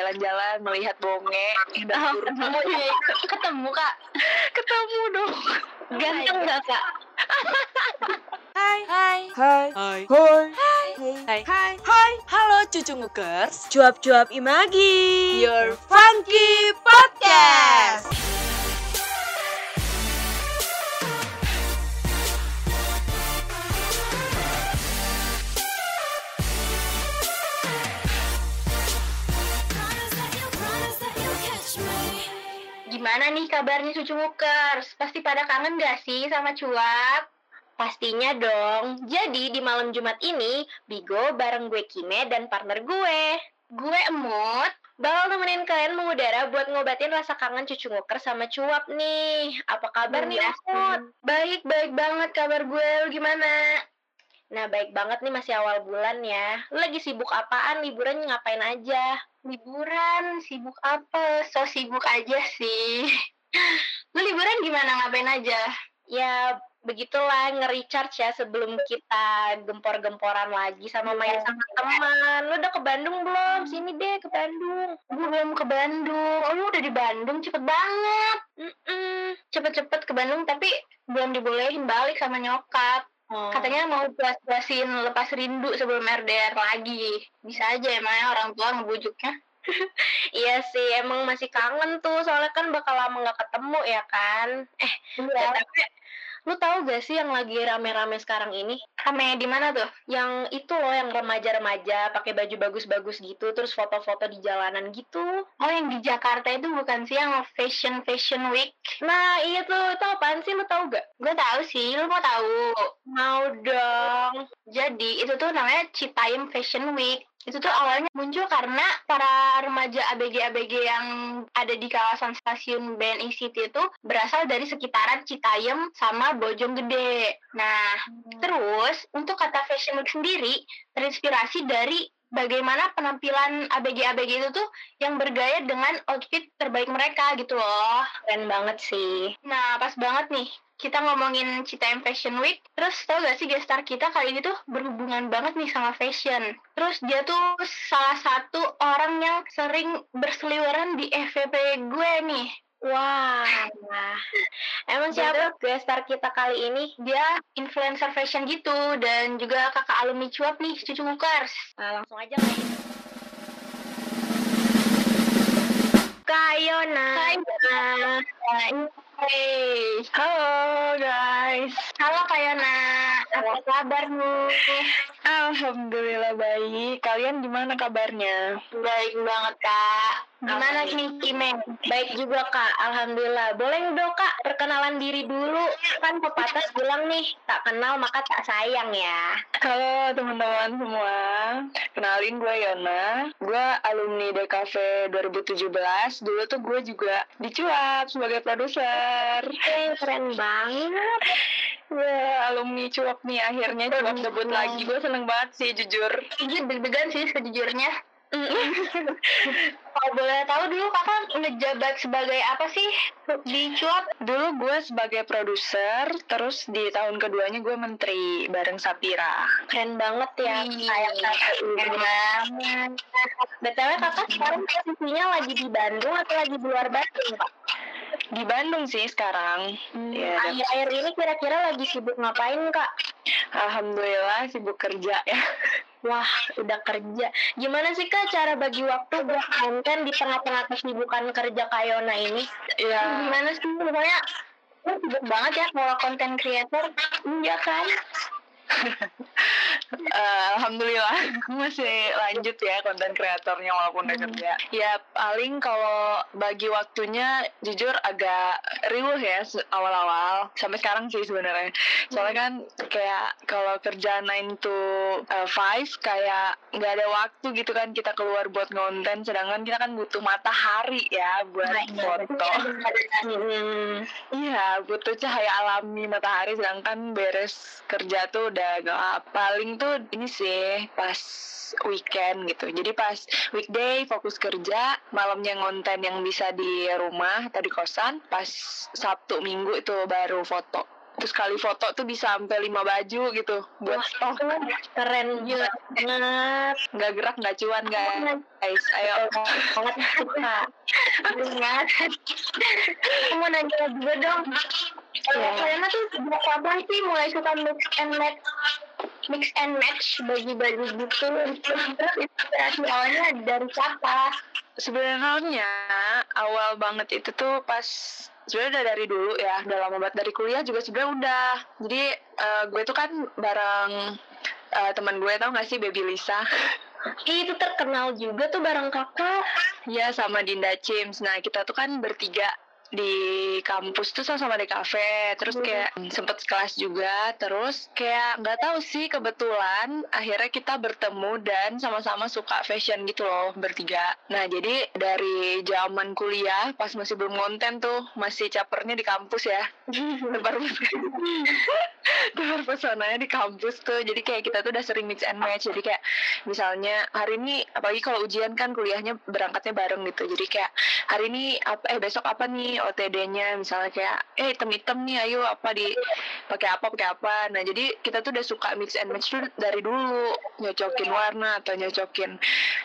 jalan-jalan melihat bonge. Ketemu Kak? Ketemu dong. Ganteng nggak Kak? Hai. Halo cucu ngukers, Cuap-cuap Imagi, your funky podcast. Gimana nih kabarnya cucu ngukers? Pasti pada kangen gak sih sama Cuap? Pastinya dong. Jadi di malam Jumat ini, Bigo bareng gue Kime dan partner gue Emut, bakal nemenin kalian mengudara buat ngobatin rasa kangen cucu ngukers sama Cuap nih. Apa kabar nih Emut? Baik banget kabar gue, lu gimana? Nah, baik banget nih, masih awal bulan ya. Lu lagi sibuk apaan? Liburan ngapain aja? Liburan? Sibuk apa? So sibuk aja sih. Lu liburan gimana? Ngapain aja? Ya, begitulah, nge-recharge ya sebelum kita gempor-gemporan lagi sama main sama teman. Lu udah ke Bandung belum? Sini deh ke Bandung. Gue belum ke Bandung. Oh, lu udah di Bandung? Cepet banget. Cepet-cepet ke Bandung, tapi belum dibolehin balik sama nyokap. Katanya mau puas-puasin lepas rindu sebelum RDR lagi. Bisa aja emangnya orang tua ngebujuknya. Iya sih, emang masih kangen tuh, soalnya kan bakal lama gak ketemu ya kan. Tapi lu tahu gak sih yang lagi rame-rame sekarang ini? Rame di mana tuh? Yang itu loh, yang remaja-remaja pakai baju bagus-bagus gitu, terus foto-foto di jalanan gitu. Oh, yang di Jakarta itu bukan sih yang Fashion Week? Nah, iya tuh, itu apaan sih, lu tahu gak? Gue tahu sih, lu mau tahu? Mau dong. Jadi, itu tuh namanya Citayam Fashion Week. Itu tuh awalnya muncul karena para remaja ABG-ABG yang ada di kawasan stasiun BNI City itu berasal dari sekitaran Citayam sama Bojonggede. Nah, terus untuk kata Fashion Week sendiri terinspirasi dari bagaimana penampilan ABG-ABG itu tuh yang bergaya dengan outfit terbaik mereka gitu loh. Keren banget sih. Nah, pas banget nih kita ngomongin Citayam Fashion Week. Terus tau gak sih gestar kita kali ini tuh berhubungan banget nih sama fashion. Terus dia tuh salah satu orang yang sering berseliweran di FVP gue nih. Wah, emang siapa gestar kita kali ini? Dia influencer fashion gitu dan juga kakak alumni Cuap nih, cucu ngukers. Nah, langsung aja nih. Kayona. Hey. Halo guys. Halo Kayona. Apa kabar nih? Alhamdulillah baik. Kalian gimana kabarnya? Baik banget Kak. Gimana nih Kime? Baik juga Kak, Alhamdulillah. Boleh dong Kak, perkenalan diri dulu. Kan pepatah bilang nih, tak kenal maka tak sayang ya. Halo teman-teman semua. Kenalin gue Yona. Gue alumni DKV 2017. Dulu tuh gue juga di Cuap sebagai produser. Keren banget. Ya, alumni Cuap nih akhirnya Cuap debut lagi. Gue seneng banget sih jujur. Ini deg-degan sih sejujurnya. Kalau boleh tahu dulu kakak ngejabat sebagai apa sih di Cuap? Dulu gue sebagai produser, terus di tahun keduanya gue menteri bareng Sapira. Keren banget ya, kayak kakak ini. Keren banget. BTW kakak sekarang posisinya lagi di Bandung atau lagi di luar Bandung, Pak? Di Bandung sih sekarang. Akhir-akhir ini kira-kira lagi sibuk ngapain, Kak? Alhamdulillah sibuk kerja ya. Wah, udah kerja. Gimana sih Kak cara bagi waktu buat konten di tengah-tengah kesibukan kerja Kayona ini? Ya. Gimana sih? Pokoknya sibuk banget ya kalau konten creator. Iya kan? Alhamdulillah masih lanjut ya konten kreatornya walaupun udah kerja. Ya paling kalau bagi waktunya jujur agak riuh ya awal-awal sampai sekarang sih sebenarnya. Soalnya kan kayak kalau kerja 9 to 5 kayak nggak ada waktu gitu kan kita keluar buat ngonten, sedangkan kita kan butuh matahari ya buat foto. Iya, butuh cahaya alami matahari, sedangkan beres kerja tuh udah gelap. Paling tuh ini sih pas weekend gitu. Jadi pas weekday fokus kerja, malamnya ngonten yang bisa di rumah atau di kosan, pas Sabtu Minggu itu baru foto. Terus kali foto tuh bisa sampai 5 baju gitu buat stok. Keren banget. Nggak gerak, nggak cuan guys. Ayo. Banget Kak. Ingat. Aku mau nanya juga dong. Kalian tuh sejak kapan sih mulai suka mix and match baju-baju gitu? Terus inspirasi awalnya dari siapa? Sebenarnya awal banget itu tuh pas sebenarnya udah dari dulu ya, udah lama banget dari kuliah juga sebenarnya udah. Jadi gue tuh kan bareng teman gue, tau gak sih Baby Lisa? Itu terkenal juga tuh bareng kakak. Ya, sama Dinda Cims. Nah, kita tuh kan bertiga di kampus tuh sama-sama di kafe, terus kayak sempet sekelas juga, terus kayak nggak tahu sih kebetulan akhirnya kita bertemu dan sama-sama suka fashion gitu loh bertiga. Nah jadi dari zaman kuliah pas masih belum konten tuh, masih capernya di kampus ya, tebar pesonanya di kampus tuh, jadi kayak kita tuh udah sering mix and match. Jadi kayak misalnya hari ini, apalagi kalau ujian kan kuliahnya berangkatnya bareng gitu, jadi kayak hari ini besok apa nih OTD-nya, misalnya kayak item-item nih, ayo pakai apa. Nah jadi kita tuh udah suka mix and match tuh dari dulu, nyocokin warna atau nyocokin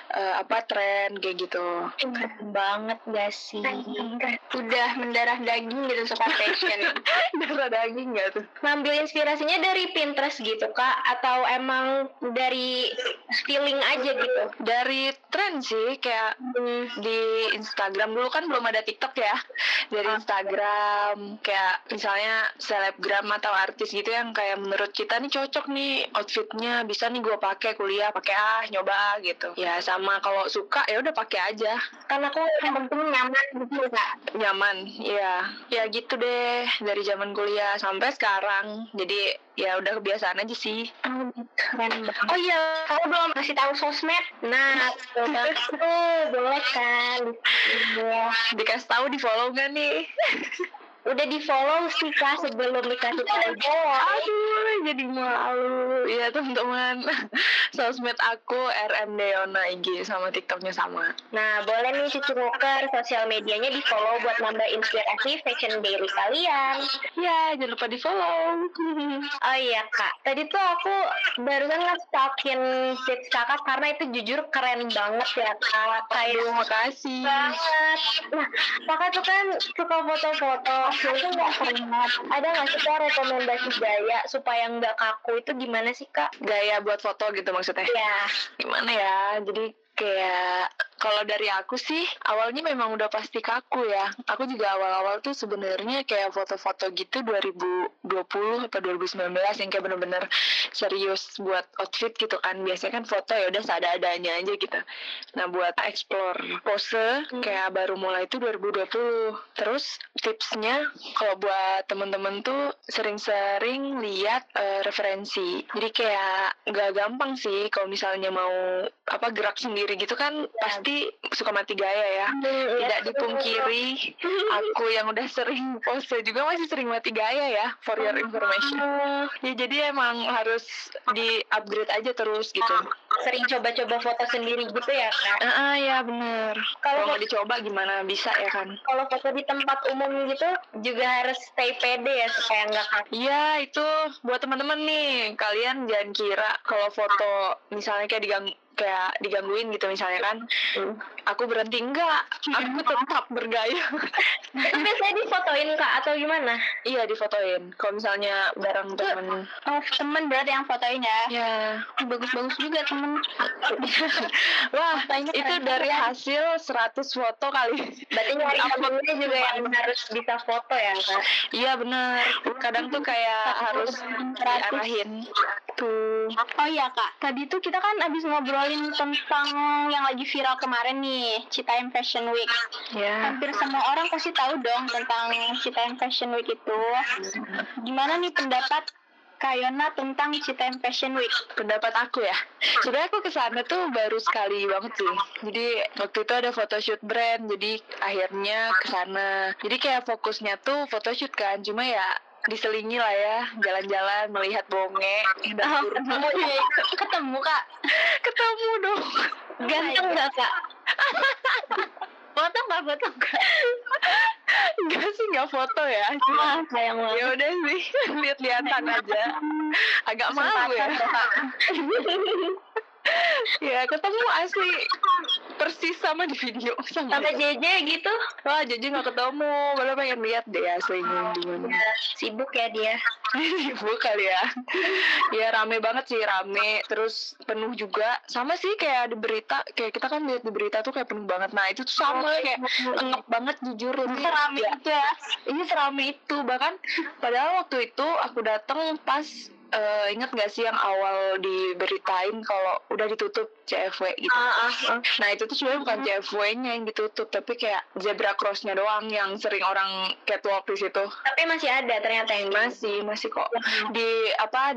tren kayak gitu. Keren banget gak sih? Udah mendarah daging gitu suka fashion. Darah daging gak tuh? Ngambil inspirasinya dari Pinterest gitu kak, atau emang dari feeling aja gitu? Dari tren sih, kayak di Instagram dulu kan belum ada TikTok ya. Dari Instagram kayak misalnya selebgram atau artis gitu yang kayak menurut kita nih cocok nih outfitnya, bisa nih gue pakai kuliah, pakai nyoba gitu ya. Sama kalau suka ya udah pakai aja, Karena aku yang penting nyaman gitu kak. nyaman ya gitu deh dari zaman kuliah sampai sekarang. Jadi ya udah kebiasaan aja sih. Keren banget. Oh iya, kamu belum kasih tahu sosmed. Nah, boleh kan? Dikasih tahu, di follow gak nih? Udah di follow sih kak sebelum dikasih tahu. Aduh, jadi malu. Ya teman-teman, sosmed aku RMDeona IG, sama TikToknya sama. Nah, boleh nih Cucu Muker sosial medianya di follow buat nambah inspirasi fashion daily kalian. Ya, jangan lupa di follow. Oh iya kak, tadi tuh aku barusan nge-stalkin tips kakak karena itu jujur keren banget ya kak. Aduh, makasih Banget. Nah, kakak tuh kan suka foto-foto. Itu nggak pernah. Ada nggak sih kak rekomendasi gaya supaya nggak kaku itu gimana sih kak? Gaya buat foto gitu maksudnya? Ya. Gimana ya? Jadi kayak kalau dari aku sih awalnya memang udah pasti kaku ya. Aku juga awal-awal tuh sebenarnya kayak foto-foto gitu 2020 atau 2019 yang kayak bener-bener serius buat outfit gitu kan. Biasanya kan foto ya udah seadanya aja gitu. Nah buat explore pose kayak baru mulai itu 2020. Terus tipsnya kalau buat temen-temen tuh sering-sering lihat referensi. Jadi kayak nggak gampang sih kalau misalnya mau gerak sendiri gitu kan, pasti suka mati gaya ya. Tidak dipungkiri, aku yang udah sering pose juga masih sering mati gaya ya, for your information. Ya jadi emang harus di-upgrade aja terus gitu. Sering coba-coba foto sendiri gitu ya kak? Ya bener. Kalau mau dicoba gimana bisa ya kan? Kalau foto di tempat umum gitu juga harus stay pede ya supaya nggak kaku. Iya, itu buat teman-teman nih, kalian jangan kira kalau foto misalnya kayak digangguin gitu misalnya kan, aku berhenti, enggak, aku tetap bergaya. Itu biasanya difotoin kak atau gimana? Iya, difotoin kalau misalnya bareng temen. Oh, temen berarti yang fotoin ya? Ya, Bagus-bagus juga temen. wah, itu dari hasil 100 foto kali. Berarti nyari temennya juga yang harus bisa foto ya kak? Iya benar, kadang tuh kayak harus diarahin tuh. Oh iya kak, tadi tuh kita kan abis ngobrolin tentang yang lagi viral kemarin nih, Citaim Fashion Week. Ya. Hampir semua orang pasti tahu dong tentang Citaim Fashion Week itu. Gimana nih pendapat Kak Yona tentang Citaim Fashion Week? Pendapat aku ya, sebenarnya aku kesana tuh baru sekali banget sih. Jadi waktu itu ada photoshoot brand, jadi akhirnya kesana. Jadi kayak fokusnya tuh photoshoot kan, cuma ya diselingi lah ya, jalan-jalan melihat bonge dan Ketemu kak? ketemu dong. Ganteng nggak kak? Foto nggak? Enggak sih, enggak foto ya. Sayang banget. Ya udah sih, lihat-lihatan aja. Agak malu ya. Ya ketemu asli persis sama di video Sama JJ gitu. Wah, jadi nggak ketemu. Malah pengen lihat deh aslinya gimana. Ya, sibuk ya dia. Sibuk kali ya. Ya rame banget sih, rame. Terus penuh juga. Sama sih kayak di berita. Kayak kita kan lihat di berita tuh kayak penuh banget. Nah itu tuh sama kayak ngep banget jujur. Serame itu ya. Ini serame itu. Bahkan padahal waktu itu aku datang pas ingat gak sih yang awal diberitain kalau udah ditutup CFW gitu. Nah itu tuh sebenarnya bukan CFW-nya yang ditutup, tapi kayak zebra cross-nya doang yang sering orang catwalk di situ. Tapi masih ada ternyata yang Masih kok di apa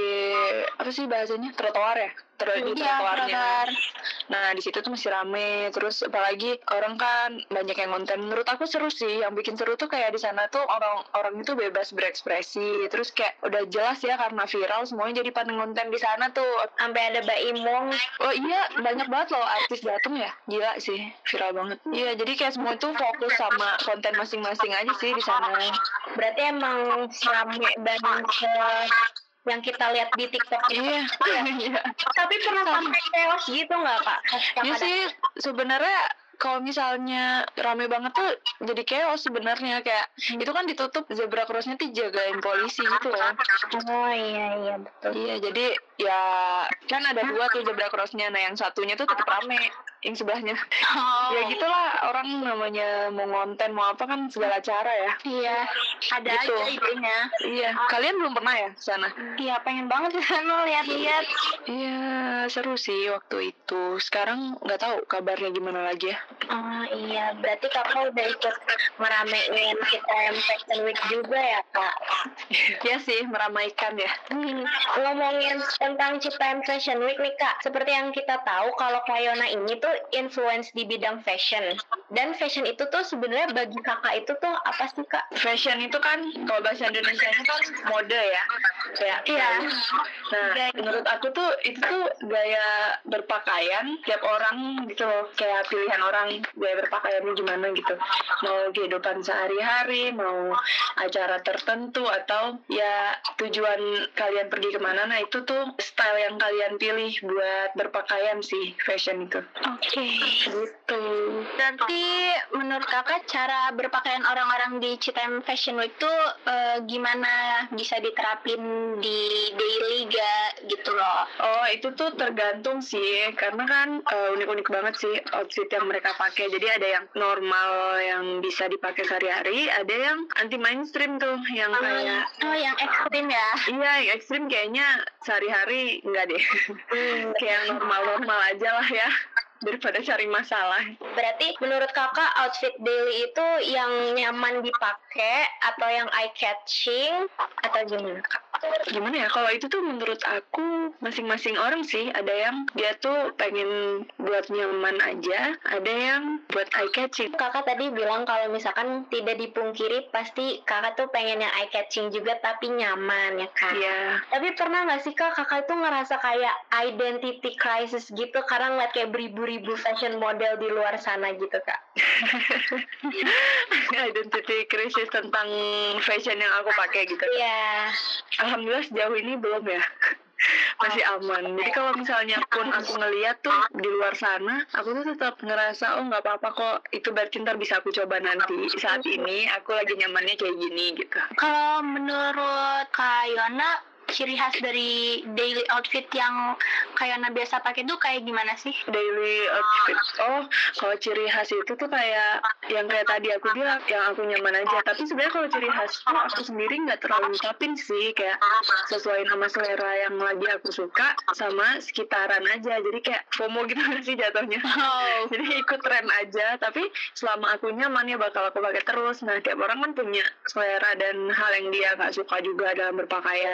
sih bahasanya, trotoar ya, di trotoarnya. Nah di situ tuh masih rame. Terus apalagi orang kan banyak yang konten. Menurut aku seru sih. Yang bikin seru tuh kayak di sana tuh orang itu bebas berekspresi. Terus kayak udah jelas ya karena viral semuanya jadi pada konten di sana tuh. sampai ada Mbak Imong. Oh iya, banyak banget loh artis datang ya. Gila sih, viral banget. Iya, jadi kayak semua tuh fokus sama konten masing-masing aja sih di sana. Berarti emang rame banget yang kita lihat di TikTok itu. Iya. Iya. Tapi pernah sampai chaos gitu nggak Kak? Iya sih, sebenarnya kalau misalnya rame banget tuh jadi chaos sebenarnya. Kayak itu kan ditutup, zebra cross-nya tuh jagain polisi gitu loh. Oh iya betul. Iya, jadi ya kan ada 2 tuh zebra cross-nya. Nah yang satunya tuh tetap rame, yang sebelahnya. Ya gitulah, orang namanya mau ngonten mau apa kan segala cara ya. Iya, ada Gitu. aja idenya. Iya, kalian belum pernah ya ke sana? Iya, pengen banget ke sana lihat-lihat. Iya, seru sih waktu itu. Sekarang nggak tahu kabarnya gimana lagi ya. Oh iya, berarti Kakak udah ikut meramein Citaem Fashion Week juga ya Kak? Iya sih, meramaikan ya. Ngomongin tentang Citaem Fashion Week nih Kak, seperti yang kita tahu kalau Kayona ini tuh influence di bidang fashion. Dan fashion itu tuh sebenarnya bagi Kakak itu tuh apa sih Kak? Fashion itu kan kalau bahasa Indonesianya kan mode ya. Kayak Iya. Nah, Gaya. menurut aku tuh itu tuh gaya berpakaian tiap orang gitu loh. Kayak pilihan orang gaya berpakaiannya gimana gitu. Mau kehidupan sehari-hari, mau acara tertentu, atau ya tujuan kalian pergi kemana. Nah itu tuh style yang kalian pilih buat berpakaian sih, fashion itu. Oke. Gitu. Berarti menurut Kakak cara berpakaian orang-orang di Citaem Fashion Week tuh gimana bisa diterapin di daily gitu loh? Oh, itu tuh tergantung sih, karena kan unik-unik banget sih outfit yang mereka pakai. Jadi ada yang normal yang bisa dipakai sehari-hari, ada yang anti mainstream tuh, yang kayak yang ekstrim ya? iya, yang ekstrim kayaknya sehari-hari enggak deh. Kayak yang normal-normal aja lah ya, daripada cari masalah. Berarti menurut Kakak outfit daily itu yang nyaman dipakai atau yang eye catching atau gimana Kak? Gimana ya, kalau itu tuh menurut aku masing-masing orang sih. Ada yang dia tuh pengen buat nyaman aja, ada yang buat eye catching. Kakak tadi bilang kalau misalkan tidak dipungkiri pasti Kakak tuh pengen yang eye catching juga tapi nyaman ya Kak? Iya. Tapi pernah nggak sih Kak, Kakak itu ngerasa kayak identity crisis gitu karena ngeliat kayak beribu-ribu fashion model di luar sana gitu Kak? Identity crisis tentang fashion yang aku pakai gitu. Iya. Alhamdulillah sejauh ini belum ya. Masih aman. Jadi kalau misalnya pun aku ngeliat tuh di luar sana, aku tuh tetap ngerasa oh nggak apa-apa kok. Itu berarti ntar bisa aku coba nanti. Saat ini aku lagi nyamannya kayak gini gitu. Kalau menurut Kak Yona, ciri khas dari daily outfit yang Kak Yona biasa pakai tuh kayak gimana sih? Daily outfit. Oh, kalau ciri khas itu tuh kayak yang kayak tadi aku bilang, yang aku nyaman aja. Tapi sebenarnya kalau ciri khas tuh aku sendiri nggak terlalu ngungkapin sih, kayak sesuai nama selera yang lagi aku suka sama sekitaran aja. Jadi kayak FOMO gitu sih jatuhnya. Jadi ikut tren aja. Tapi selama aku nyaman ya bakal aku pakai terus. Nah, tiap orang kan punya selera dan hal yang dia nggak suka juga dalam berpakaian.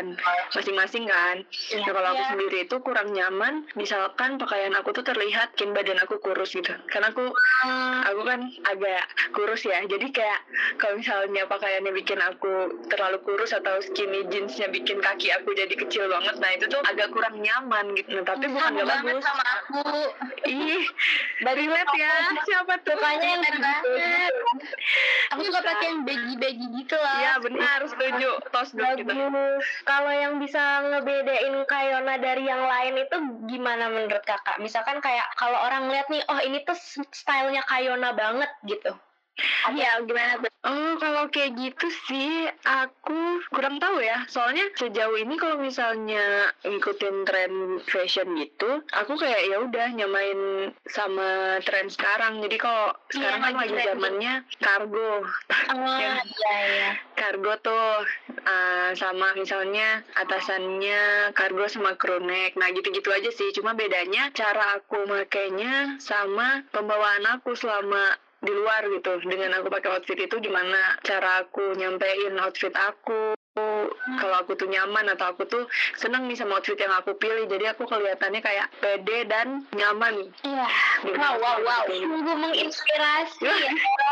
masing-masing kan. Nah kalau aku sendiri itu kurang nyaman misalkan pakaian aku tuh terlihat badan aku kurus gitu, karena aku kan agak kurus ya, jadi kayak kalau misalnya pakaiannya bikin aku terlalu kurus atau skinny jeansnya bikin kaki aku jadi kecil banget, nah itu tuh agak kurang nyaman gitu. Nah, tapi bukan gak bagus. Sama aku. Ih, relate ya. Siapa tuh? Sukanya yang banget. Aku suka pakai yang baggy gitu loh. Iya benar, setuju. Tos gitu. Kalau yang bisa ngebedain Kayona dari yang lain itu gimana menurut kakak? Misalkan kayak kalau orang lihat nih, oh ini tuh stylenya Kayona banget gitu. Iya, gimana tuh? Oh, kalau kayak gitu sih aku kurang tahu ya. Soalnya sejauh ini kalau misalnya ngikutin tren fashion gitu, aku kayak ya udah nyamain sama tren sekarang. Jadi kalau sekarang kan lagi zamannya cargo. Iya. Cargo tuh sama misalnya atasannya cargo sama crew neck. Nah, gitu-gitu aja sih. Cuma bedanya cara aku makainya sama pembawaan aku selama di luar gitu. Dengan aku pakai outfit itu gimana cara aku nyampein outfit aku, kalau aku tuh nyaman atau aku tuh seneng nih sama outfit yang aku pilih, jadi aku kelihatannya kayak pede dan nyaman. Iya. Wow. Sungguh menginspirasi ya.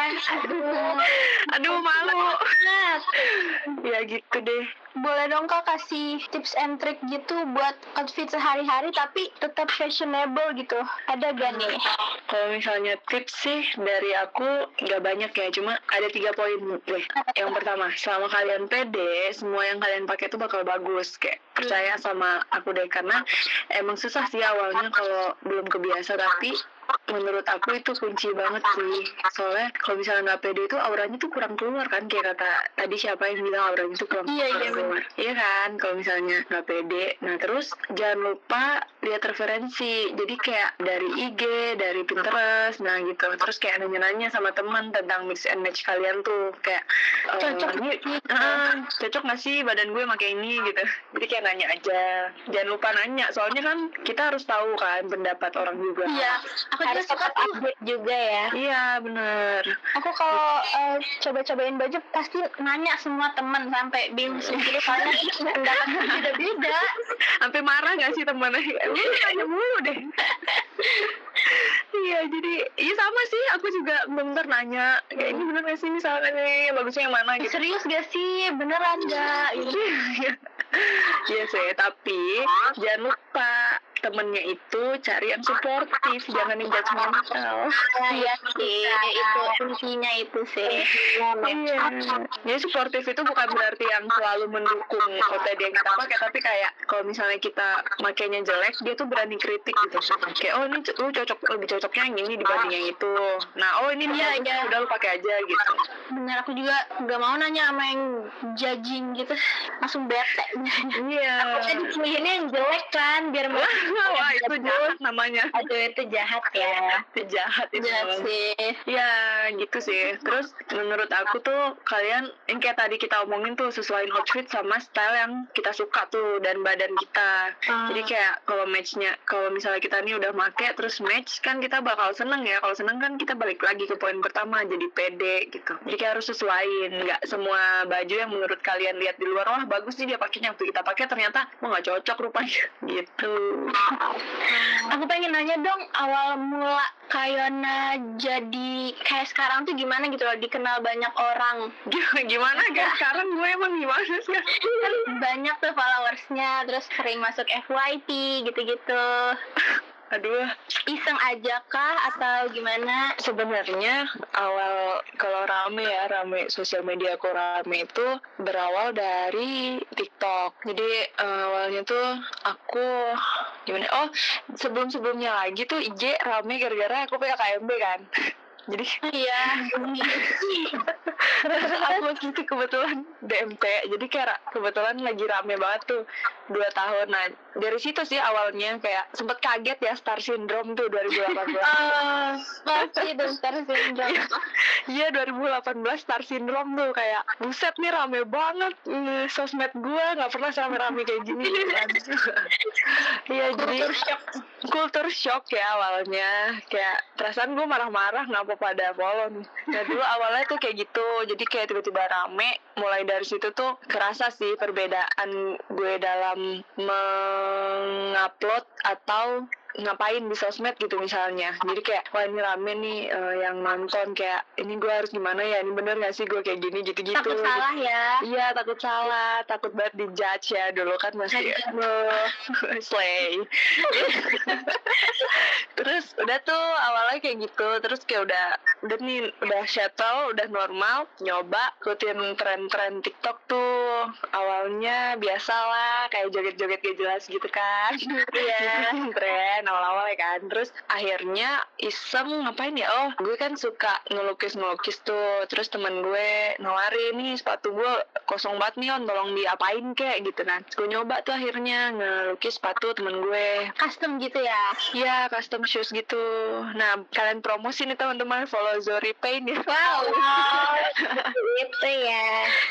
Aduh malu. Ya gitu deh. Boleh dong Kak kasih tips and trick gitu buat outfit sehari-hari tapi tetap fashionable gitu. Ada gak nih? Kalau misalnya tips sih dari aku nggak banyak ya, cuma ada 3 poin deh. Yang pertama, selama kalian pede, semua yang kalian pakai itu bakal bagus. Kayak percaya sama aku deh, karena emang susah sih awalnya kalau belum kebiasa, tapi menurut aku itu kunci banget sih. Soalnya kalau misalnya nggak pede itu auranya tuh kurang keluar kan, kayak kata tadi siapa yang bilang auranya tuh kurang keluar. Iya kan, kalau misalnya nggak pede. Nah terus jangan lupa lihat referensi. Jadi kayak dari IG, dari Pinterest, nah gitu. Terus kayak nanya-nanya sama teman tentang mix and match kalian tuh, kayak cocok nggak sih badan gue pakai ini gitu. Jadi kayak nanya aja. Jangan lupa nanya, soalnya kan kita harus tahu kan pendapat orang juga. Iya. Aku harus suka update juga ya. Iya bener. Aku kalau coba-cobain baju pasti nanya semua teman sampai bingung sendiri karena pendapatnya beda-beda. Sampai marah nggak sih temennya? Lu nanya mulu deh. Iya jadi iya sama sih, aku juga bentar nanya kayak ini bener nggak sih misalnya nih bagusnya yang mana gitu. Serius gak sih? Beneran gak? Iya sih, tapi jangan lupa temennya itu cari yang suportif, jangan yang judgmental. Iya sih, itu kuncinya itu sih. Iya. Jadi suportif itu bukan berarti yang selalu mendukung OTD yang kita pakai, tapi kayak kalau misalnya kita makainya jelek, dia tuh berani kritik gitu. Kayak oh ini lu lebih cocoknya yang ini dibanding yang itu. Nah ini dia udah lu pakai aja gitu. Bener, aku juga nggak mau nanya sama yang judging gitu, langsung bete. Iya. Aku dipilihinnya yang jelek kan, biar wah itu jahat namanya. Aduh itu jahat ya. Itu jahat itu. Jahat sih. Ya gitu sih. Terus menurut aku tuh kalian yang kayak tadi kita omongin tuh sesuaiin outfit sama style yang kita suka tuh dan badan kita. Jadi kayak kalau matchnya, kalau misalnya kita nih udah make terus match kan kita bakal seneng ya. Kalau seneng kan kita balik lagi ke poin pertama, jadi pede gitu. Jadi kayak harus sesuaiin. Nggak semua baju yang menurut kalian lihat di luar wah bagus nih dia pakainya, waktu kita pakai ternyata nggak cocok rupanya gitu. Aku pengen nanya dong, awal mula Kayona jadi kayak sekarang tuh gimana gitu loh, dikenal banyak orang. Gimana kayak sekarang gue emang gimana sih? Kan banyak tuh followersnya, terus sering masuk FYP gitu-gitu. Aduh, iseng aja kah atau gimana? Sebenarnya awal kalau rame sosial media aku rame itu berawal dari TikTok. Jadi awalnya tuh aku gimana? Oh, sebelumnya lagi tuh IG rame gara-gara aku PKKMB kan. Jadi iya. aku waktu itu kebetulan DMT, jadi kayak kebetulan lagi rame banget tuh 2 tahun. Nah dari situ sih awalnya kayak sempet kaget ya Star Syndrome tuh 2018. Pasti itu Star Syndrome. Iya 2018 Star Syndrome tuh kayak buset nih rame banget sosmed gue nggak pernah rame-rame kayak gini kan. Iya jadi kultur shock ya awalnya kayak perasaan gue marah-marah ngapa pada follow nih. Nah dulu awalnya tuh kayak gitu jadi kayak tiba-tiba rame mulai dari situ tuh kerasa sih perbedaan gue dalam mengupload atau ngapain di sosmed gitu misalnya. Jadi kayak wah ini rame nih yang nonton kayak ini gue harus gimana ya, ini bener gak sih gue kayak gini gitu-gitu. Takut salah ya. Iya takut salah, takut banget dijudge ya dulu kan masih slay. Terus udah tuh awalnya kayak gitu, terus kayak udah nih udah settle, udah normal, nyoba ikutin tren-tren TikTok tuh. Awalnya biasalah kayak joget-joget gak jelas gitu kan. Iya, tren awal-awal ya kan. Terus akhirnya iseng ngapain ya? Oh, gue kan suka ngelukis tuh. Terus temen gue nawarin nih sepatu gue kosong banget nih on, tolong diapain kayak gitu kan. Terus gue nyoba tuh akhirnya ngelukis sepatu temen gue. Custom gitu ya? Iya, custom shoes gitu. Nah, kalian promosi nih teman-teman, follow Zori Paint ya. Wow, gitu ya.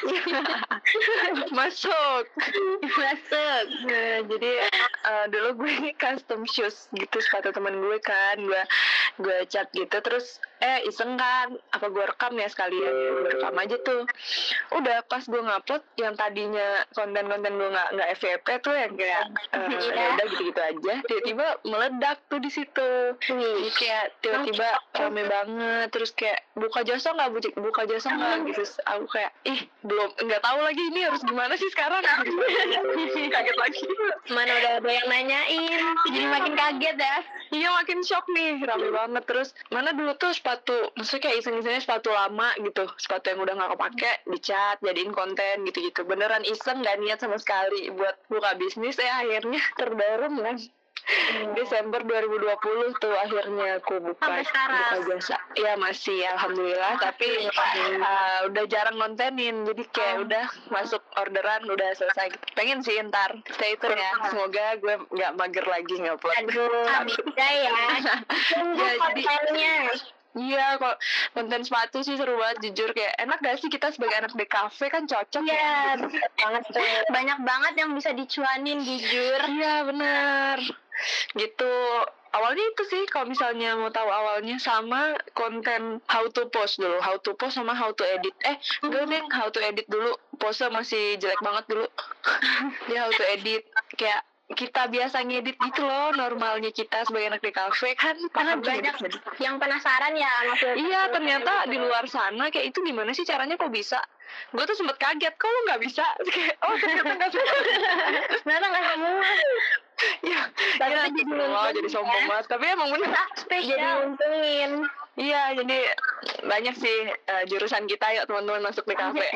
Masuk. Nah, jadi dulu gue custom shoes gitu sepatu teman gue kan, gue cat gitu. Terus iseng kan apa gue rekam ya sekalian, gue rekam aja tuh. Udah pas gue ngupload yang tadinya konten-konten gue nggak FYP tuh yang kayak ya udah gitu-gitu aja, tiba-tiba meledak tuh di situ. Jadi kayak tiba-tiba rame banget. Terus kayak buka jasa nggak gitu. Terus aku kayak belum nggak tahu lagi ini harus gimana sih sekarang. Kaget lagi. Mana udah ada yang nanyain, jadi makin kaget ya. Iya makin shock nih, rame banget. Terus mana dulu tuh sepatu, maksudnya kayak iseng-isengnya sepatu lama gitu, sepatu yang udah nggak kepake dicat jadiin konten gitu-gitu. Beneran iseng, nggak niat sama sekali buat buka bisnis. Akhirnya terdorong kan. Desember 2020 tuh akhirnya aku buka jasa. Ya masih alhamdulillah, tapi udah jarang kontenin. Jadi kayak udah masuk orderan udah selesai gitu. Pengen sih ntar stay tune ya. Semoga gue nggak mager lagi ngupload. Aduh, bisa ya. Tunggu kontennya. Iya, kok konten sepatu sih seru banget jujur. Kayak enak gak sih kita sebagai anak DKV kan cocok ya. Iya, banget tuh. Banyak banget yang bisa dicuanin jujur. Iya benar. Gitu. Awalnya itu sih kalau misalnya mau tahu awalnya, sama konten how to post dulu, how to post sama how to edit. Enggak deh, how to edit dulu. Pose masih jelek banget dulu. Dia how to edit kayak kita biasa ngedit gitu loh, normalnya kita sebagai anak DKV kan. Karena banyak yang penasaran ya maksudnya. Iya, ternyata di luar sana kayak itu gimana sih caranya, kok bisa. Gue tuh sempet kaget, kok lu gak bisa. Kayak, oh ternyata gak bisa. Ternyata gak semua. Ya, jadi sombong banget. Tapi emang bener spesial. Jadi untungin. Iya, jadi banyak sih jurusan kita, yuk teman-teman masuk di kafe.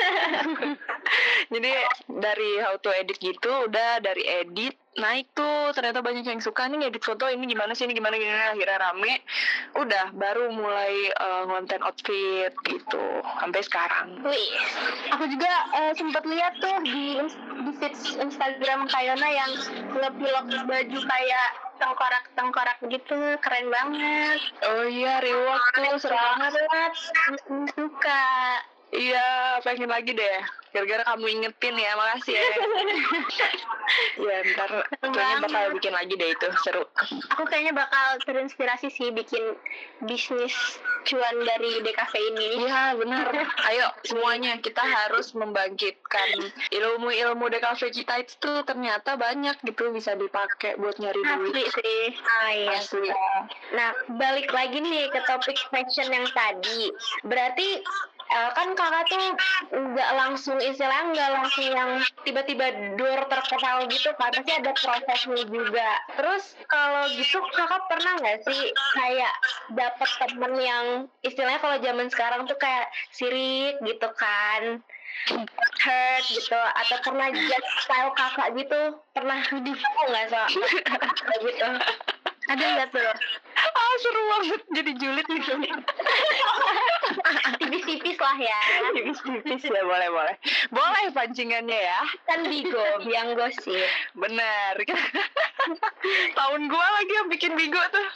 Jadi dari how to edit gitu, udah dari edit naik tuh, ternyata banyak yang suka nih ngedit foto, ini gimana sih, ini gimana, akhirnya rame. Udah baru mulai ngonten outfit gitu sampai sekarang. Wih, aku juga sempat lihat tuh di feed Instagram Kayona yang nge-vlog baju kayak tengkorak gitu, keren banget. Oh iya, reward tuh seru banget. Suka. Iya, pengen lagi deh. Gara-gara kamu ingetin ya, makasih ya. Ya, ntar kayaknya bakal bikin lagi deh itu, seru. Aku kayaknya bakal terinspirasi sih bikin bisnis cuan dari DKV ini. Iya, benar. Ayo, semuanya kita harus membangkitkan ilmu-ilmu DKV kita itu ternyata banyak gitu, bisa dipakai buat nyari duit. Asli sih. Iya. Asli. Nah, balik lagi nih ke topik fashion yang tadi. Berarti kan kakak tuh nggak langsung yang tiba-tiba door terkenal gitu kan, pasti ada prosesnya juga. Terus kalau gitu kakak pernah nggak sih kayak dapet temen yang istilahnya kalau zaman sekarang tuh kayak sirik gitu kan, hurt gitu, atau pernah judge style kakak gitu, pernah dihina nggak soal gitu? Ada nggak tuh? Seru banget jadi julid gitu. Tipis-tipis lah ya. Tipis-tipis ya, boleh. Boleh pancingannya ya. Kan Bigo yang gosip. Bener. Tahun gua lagi yang bikin Bigo tuh.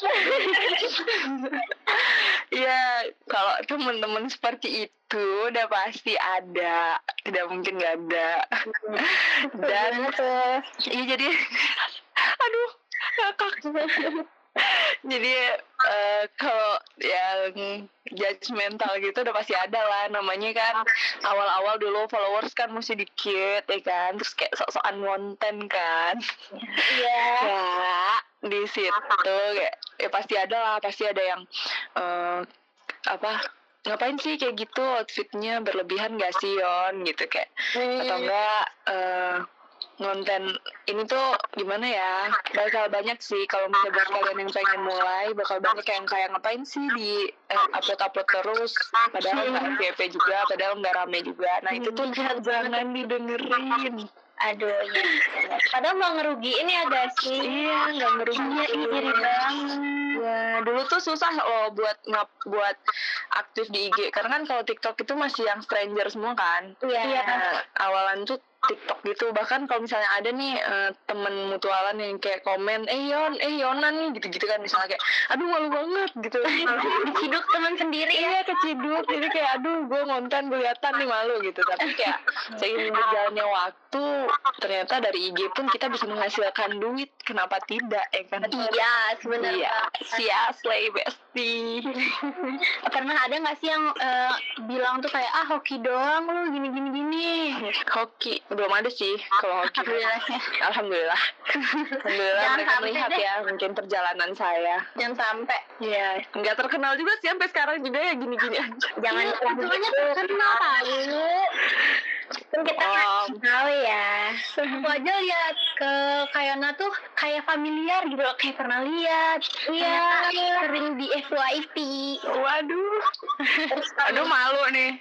Ya, kalau teman-teman seperti itu udah pasti ada, tidak mungkin nggak ada. Dan iya jadi, aduh, ngakak. Jadi kalau yang judgmental gitu udah pasti ada lah, namanya kan awal-awal dulu followers kan masih dikit ya kan, terus kayak sok-sokan konten kan. Iya. Ya di situ kayak ya pasti ada lah, pasti ada yang ngapain sih kayak gitu, outfitnya berlebihan gak sih Yon gitu kayak, atau enggak ngonten ini tuh gimana ya, bakal banyak sih kalau misalnya buat kalian yang pengen mulai, bakal banyak yang kayak ngapain sih di upload terus padahal nggak FYP juga, padahal nggak rame juga. Nah itu tuh jangan didengerin. Aduh, ya. Padahal mau ngerugiin ya gak sih? Iya, nggak ngerugiin. Iri banget. Ya, dulu tuh susah loh buat aktif di IG, karena kan kalau TikTok itu masih yang stranger semua kan. Iya. Nah, awalan tuh TikTok gitu, bahkan kalau misalnya ada nih temen mutualan yang kayak komen Yonan nih gitu-gitu kan, misalnya kayak aduh malu banget gitu. Keciduk teman sendiri ya. Iya, keciduk, jadi kayak aduh gue ngonten kelihatan nih malu gitu. Tapi kayak seiring berjalannya waktu ternyata dari IG pun kita bisa menghasilkan duit, kenapa tidak ya kan? Iya, sebenarnya. Iya, slay bestie. Pernah ada nggak sih yang bilang tuh kayak hoki doang lu gini. Hoki belum ada sih kalau hoki. Alhamdulillah. Jangan Mereka sampai melihat deh. ya mungkin perjalanan saya. Jangan sampai. Iya, nggak terkenal juga sih sampai sekarang juga ya gini-gini aja. Jangan semuanya terkenal tahu. Kan kita kenal ya. Aku aja lihat ke Kayona tuh kayak familiar gitu loh, kayak pernah lihat. Iya, sering di FYP. Waduh. Aduh malu nih.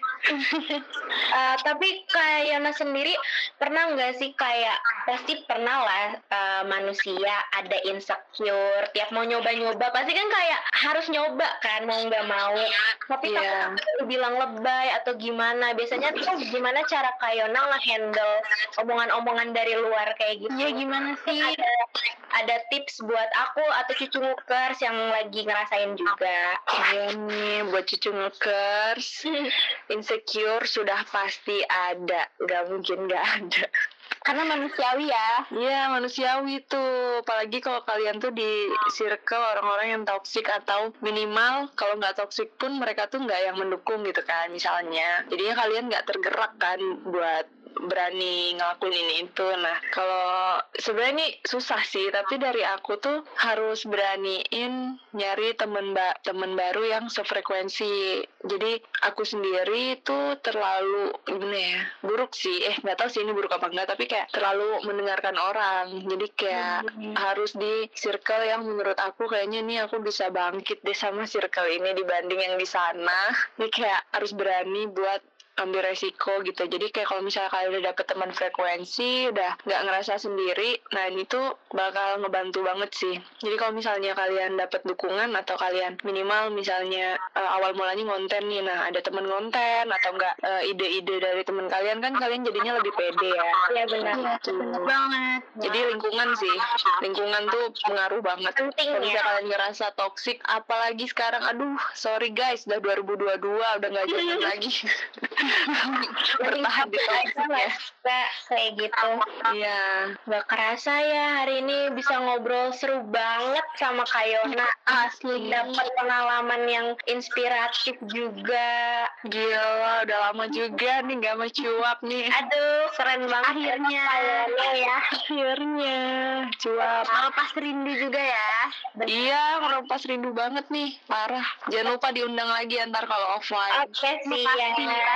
Tapi Kayona sendiri pernah nggak sih kayak, pasti pernah lah manusia ada insecure tiap mau nyoba-nyoba, pasti kan kayak harus nyoba kan mau nggak mau, tapi Iya. takut bilang lebay atau gimana. Biasanya tuh gimana cara Kayona nge-handle omongan-omongan dari luar kayak gitu? Iya, gimana sih? Ada tips buat aku atau cucu ngukers yang lagi ngerasain juga? Iya nih buat cucu ngekers, insecure sudah pasti ada, nggak mungkin nggak ada. Karena manusiawi ya. Iya manusiawi tuh, apalagi kalau kalian tuh di circle orang-orang yang toksik, atau minimal kalau nggak toksik pun mereka tuh nggak yang mendukung gitu kan misalnya. Jadinya kalian nggak tergerak kan buat berani ngelakuin ini itu. Nah kalau sebenarnya ini susah sih, tapi dari aku tuh harus beraniin nyari temen baru yang sefrekuensi. Jadi aku sendiri tuh terlalu gimana ya, buruk sih, nggak tahu sih ini buruk apa enggak, tapi kayak terlalu mendengarkan orang. Jadi kayak harus di circle yang menurut aku kayaknya nih aku bisa bangkit deh sama circle ini dibanding yang di sana. Jadi kayak harus berani buat ambil resiko gitu. Jadi kayak kalau misalnya kalian udah dapet teman frekuensi, udah nggak ngerasa sendiri, nah ini tuh bakal ngebantu banget sih. Jadi kalau misalnya kalian dapet dukungan, atau kalian minimal misalnya awal mulanya ngonten nih, nah ada temen ngonten atau enggak ide-ide dari temen kalian, kan kalian jadinya lebih pede ya. Iya benar. Bener Banget. Jadi lingkungan tuh pengaruh banget. Penting Kalau ya. misalnya kalian ngerasa toksik, apalagi sekarang, aduh sorry guys, udah 2022 udah nggak zaman lagi. Bertahan di toksik ya. Kayak gitu. Iya. Gak kerasa ya hari ini bisa ngobrol seru banget sama Kayona. Asli dapat pengalaman yang inspiratif juga. Gila, udah lama juga nih nggak mencuap nih. Aduh, keren banget. Akhirnya ya. Akhirnya cuap. Melepas rindu juga ya. Iya, melepas rindu banget nih, parah. Jangan lupa diundang lagi ntar kalau offline. Oke sih ya.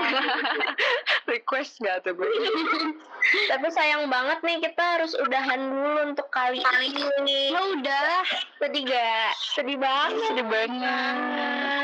Request nggak tuh gue? Tapi sayang banget nih, kita harus udahan dulu untuk kali ini. Ya udah, sedih gak? Sedih banget. Sedih banget.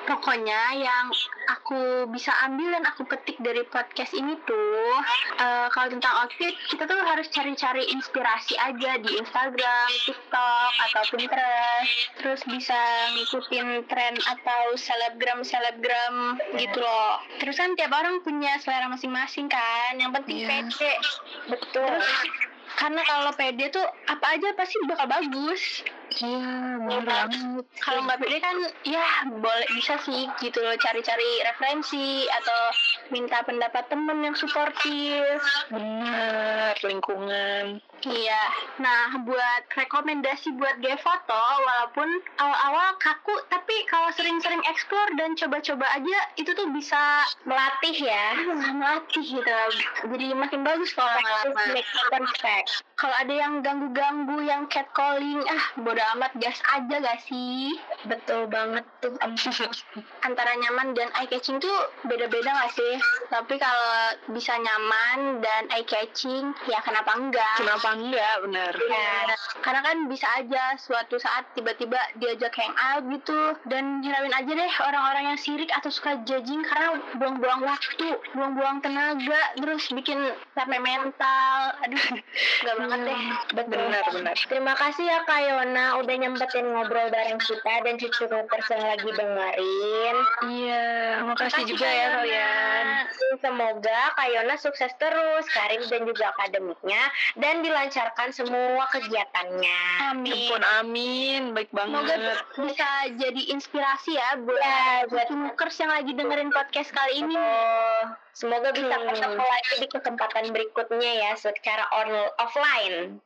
Pokoknya yang aku bisa ambil dan aku petik dari podcast ini tuh, kalau tentang outfit, kita tuh harus cari-cari inspirasi aja di Instagram, TikTok, atau Pinterest. Terus bisa ngikutin tren atau selebgram gitu loh. Terus kan tiap orang punya selera masing-masing kan, yang penting pede. Betul. Karena kalau pede tuh apa aja pasti bakal bagus. Iya, bener banget. Kalau nggak pede kan ya boleh bisa sih gitu loh, cari-cari referensi atau minta pendapat temen yang suportif. Bener, lingkungan. Iya. Nah, buat rekomendasi buat gaya foto, walaupun awal-awal kaku, tapi kalau sering-sering explore dan coba-coba aja, itu tuh bisa melatih ya. Melatih gitu. Jadi makin bagus kalau lama-lama. Perfect. Kalau ada yang ganggu-ganggu, yang catcalling, bodo amat, gas aja gak sih? Betul banget tuh. Antara nyaman dan eye-catching tuh beda-beda gak sih? Tapi kalau bisa nyaman dan eye-catching, ya kenapa enggak? Kenapa enggak, bener. Ya, karena kan bisa aja suatu saat tiba-tiba diajak hangout gitu, dan hirauin aja deh orang-orang yang sirik atau suka judging karena buang-buang waktu, buang-buang tenaga, terus bikin capek mental. Aduh, gak banget deh. Bener. Terima kasih ya Kak Yona udah nyempetin ngobrol bareng kita dan cucu Ngoopers yang lagi dengerin. Iya, makasih juga ya kalian. Semoga Kak Yona sukses terus karir dan juga akademiknya dan dilancarkan semua kegiatannya. Ampun, amin. Baik Semoga banget. bisa jadi inspirasi ya buat Ngoopers yang lagi dengerin podcast kali ini. Semoga bisa ketemu lagi di kesempatan berikutnya ya secara offline.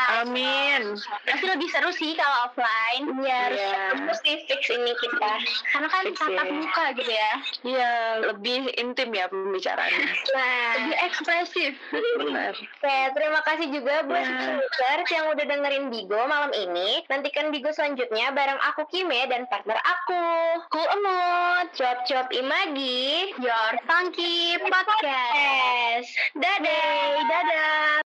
Amin. Pasti lebih seru sih kalau offline. Iya, Iya. harus fix ini kita. Karena kan Fix tatap ya. muka gitu ya. Iya, lebih intim ya pembicaraannya. Nah, lebih ekspresif. Benar. Oke, terima kasih juga buat Ngoopers yang udah dengerin Bigo malam ini. Nantikan Bigo selanjutnya bareng aku Kime dan partner aku. Cool Emot, Cuap Imagi, Your Funky Podcast. Dadah.